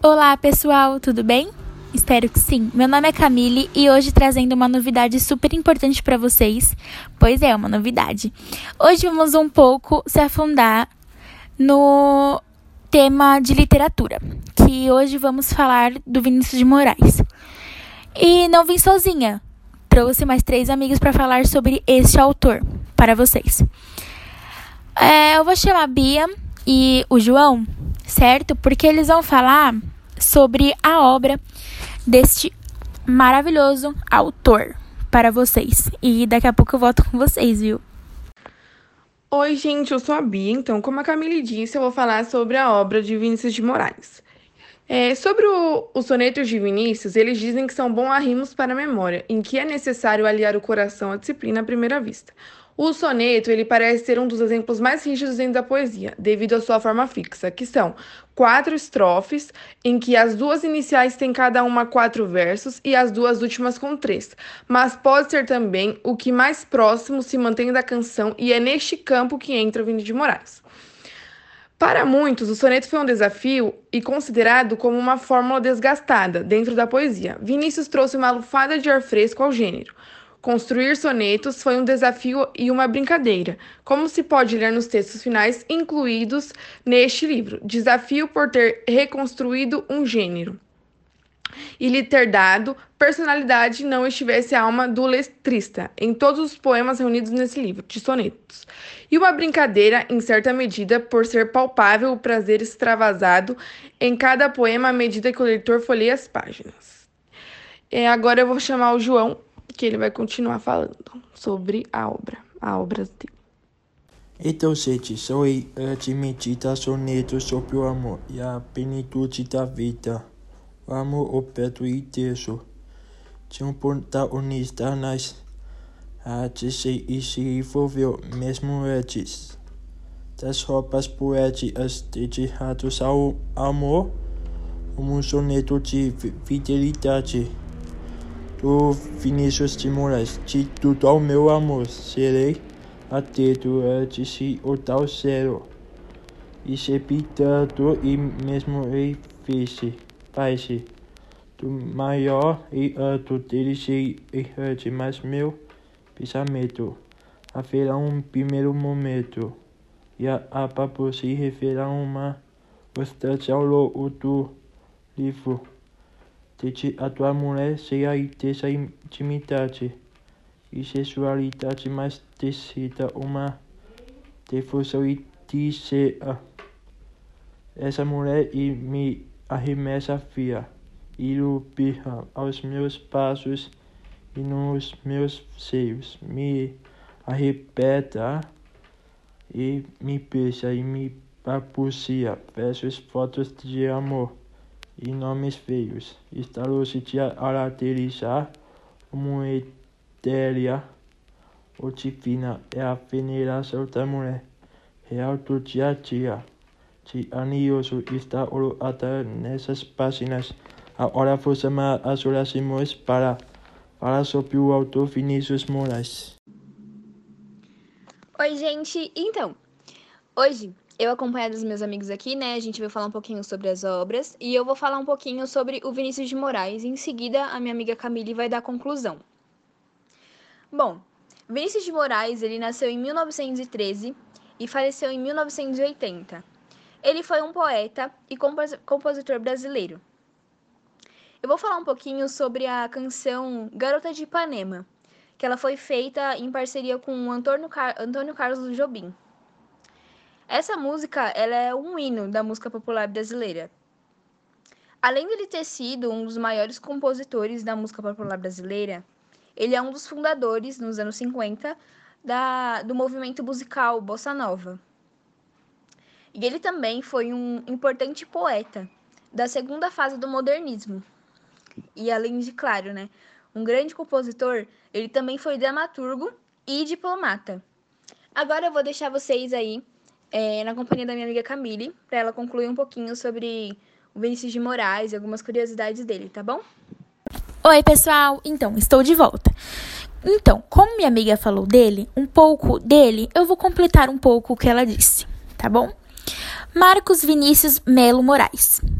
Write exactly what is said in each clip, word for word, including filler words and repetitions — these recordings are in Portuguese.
Olá pessoal, tudo bem? Espero que sim. Meu nome é Camille e hoje trazendo uma novidade super importante para vocês. Pois é, uma novidade. Hoje vamos um pouco se afundar no tema de literatura, que hoje vamos falar do Vinícius de Moraes. E não vim sozinha, trouxe mais três amigos para falar sobre este autor para vocês. É, eu vou chamar a Bia e o João, certo? Porque eles vão falar sobre a obra deste maravilhoso autor para vocês. E daqui a pouco eu volto com vocês, viu? Oi, gente, eu sou a Bia. Então, como a Camille disse, eu vou falar sobre a obra de Vinícius de Moraes. É, sobre o, os sonetos de Vinícius, eles dizem que são bons arrimos para a memória, em que é necessário aliar o coração à disciplina à primeira vista. O soneto, ele parece ser um dos exemplos mais rígidos dentro da poesia, devido à sua forma fixa, que são quatro estrofes, em que as duas iniciais têm cada uma quatro versos e as duas últimas com três. Mas pode ser também o que mais próximo se mantém da canção, e é neste campo que entra o Vinícius de Moraes. Para muitos, o soneto foi um desafio e considerado como uma fórmula desgastada dentro da poesia. Vinícius trouxe uma lufada de ar fresco ao gênero. Construir sonetos foi um desafio e uma brincadeira, como se pode ler nos textos finais incluídos neste livro. Desafio por ter reconstruído um gênero e lhe ter dado personalidade não estivesse a alma do letrista, em todos os poemas reunidos nesse livro de sonetos. E uma brincadeira, em certa medida, por ser palpável o prazer extravasado em cada poema à medida que o leitor folheia as páginas. É, agora eu vou chamar o João, que ele vai continuar falando sobre a obra, a obra dele. Então, gente, sou de medita sonetos sobre o amor e a plenitude da vida. O amor operto e intenso de um protagonista nas artes e se envolveu mesmo antes das roupas poéticas dedicadas ao amor, como um soneto de fidelidade do Vinícius de Moraes. De tudo ao meu amor serei atento antes de o tal zero, e sepultado e mesmo em face Paz do maior e alto dirigir errante, mas meu pensamento haverá um primeiro momento, e a papo se referirá uma constante ao longo do livro. Desde a tua mulher será intensa intimidade e sexualidade mais tecida, uma devoção e dizer essa mulher e me arremessa fia, ilumina aos meus passos e nos meus seios, me arrebenta e me beija e me balbucia versos fotos de amor e nomes feios. Está longe de caracterizar como etérea ou divina, é a veneração da mulher real do dia a dia. De anioso está olhada nessas páginas. Agora vou chamar as orações para falar sobre o autor Vinícius Moraes. Oi, gente! Então, hoje eu acompanhado dos meus amigos aqui, né? A gente vai falar um pouquinho sobre as obras e eu vou falar um pouquinho sobre o Vinícius de Moraes. E em seguida, a minha amiga Camille vai dar a conclusão. Bom, Vinícius de Moraes, ele nasceu em mil novecentos e treze e faleceu em mil novecentos e oitenta. Ele foi um poeta e compositor brasileiro. Eu vou falar um pouquinho sobre a canção Garota de Ipanema, que ela foi feita em parceria com Antônio, Car- Antônio Carlos Jobim. Essa música ela é um hino da música popular brasileira. Além de ele ter sido um dos maiores compositores da música popular brasileira, ele é um dos fundadores, nos anos cinquenta, da, do movimento musical Bossa Nova. E ele também foi um importante poeta da segunda fase do modernismo. E além de, claro, né, um grande compositor, ele também foi dramaturgo e diplomata. Agora eu vou deixar vocês aí é, na companhia da minha amiga Camille, para ela concluir um pouquinho sobre o Vinícius de Moraes e algumas curiosidades dele, tá bom? Oi, pessoal! Então, estou de volta. Então, como minha amiga falou dele, um pouco dele, eu vou completar um pouco o que ela disse, tá bom? Marcos Vinícius Melo Moraes.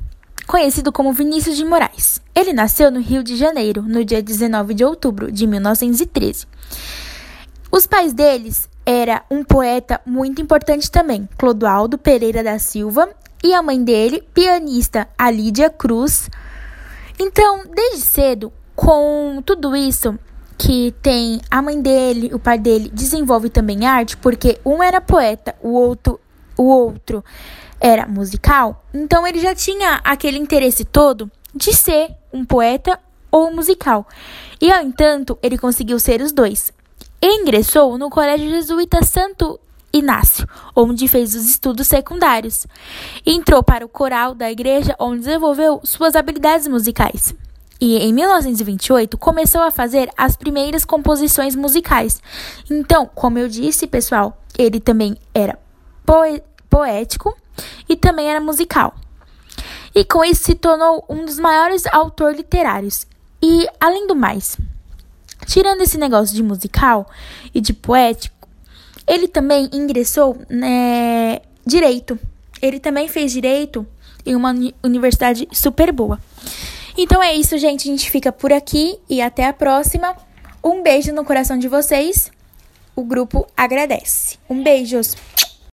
conhecido como Vinícius de Moraes. Ele nasceu no Rio de Janeiro, no dia dezenove de outubro de mil novecentos e treze. Os pais deles eram um poeta muito importante também, Clodoaldo Pereira da Silva, e a mãe dele, pianista Alídia Cruz. Então, desde cedo, com tudo isso que tem a mãe dele, o pai dele, desenvolve também arte, porque um era poeta, o outro, o outro era musical, então ele já tinha aquele interesse todo de ser um poeta ou musical. E, ao entanto, ele conseguiu ser os dois. E ingressou no Colégio Jesuíta Santo Inácio, onde fez os estudos secundários. Entrou para o coral da igreja, onde desenvolveu suas habilidades musicais. E em mil novecentos e vinte e oito começou a fazer as primeiras composições musicais. Então, como eu disse, pessoal, ele também era poe- poético e também era musical. E com isso se tornou um dos maiores autores literários. E, além do mais, tirando esse negócio de musical e de poético, ele também ingressou né, direito. Ele também fez direito em uma uni- universidade super boa. Então é isso, gente. A gente fica por aqui e até a próxima. Um beijo no coração de vocês. O grupo agradece. Um beijo.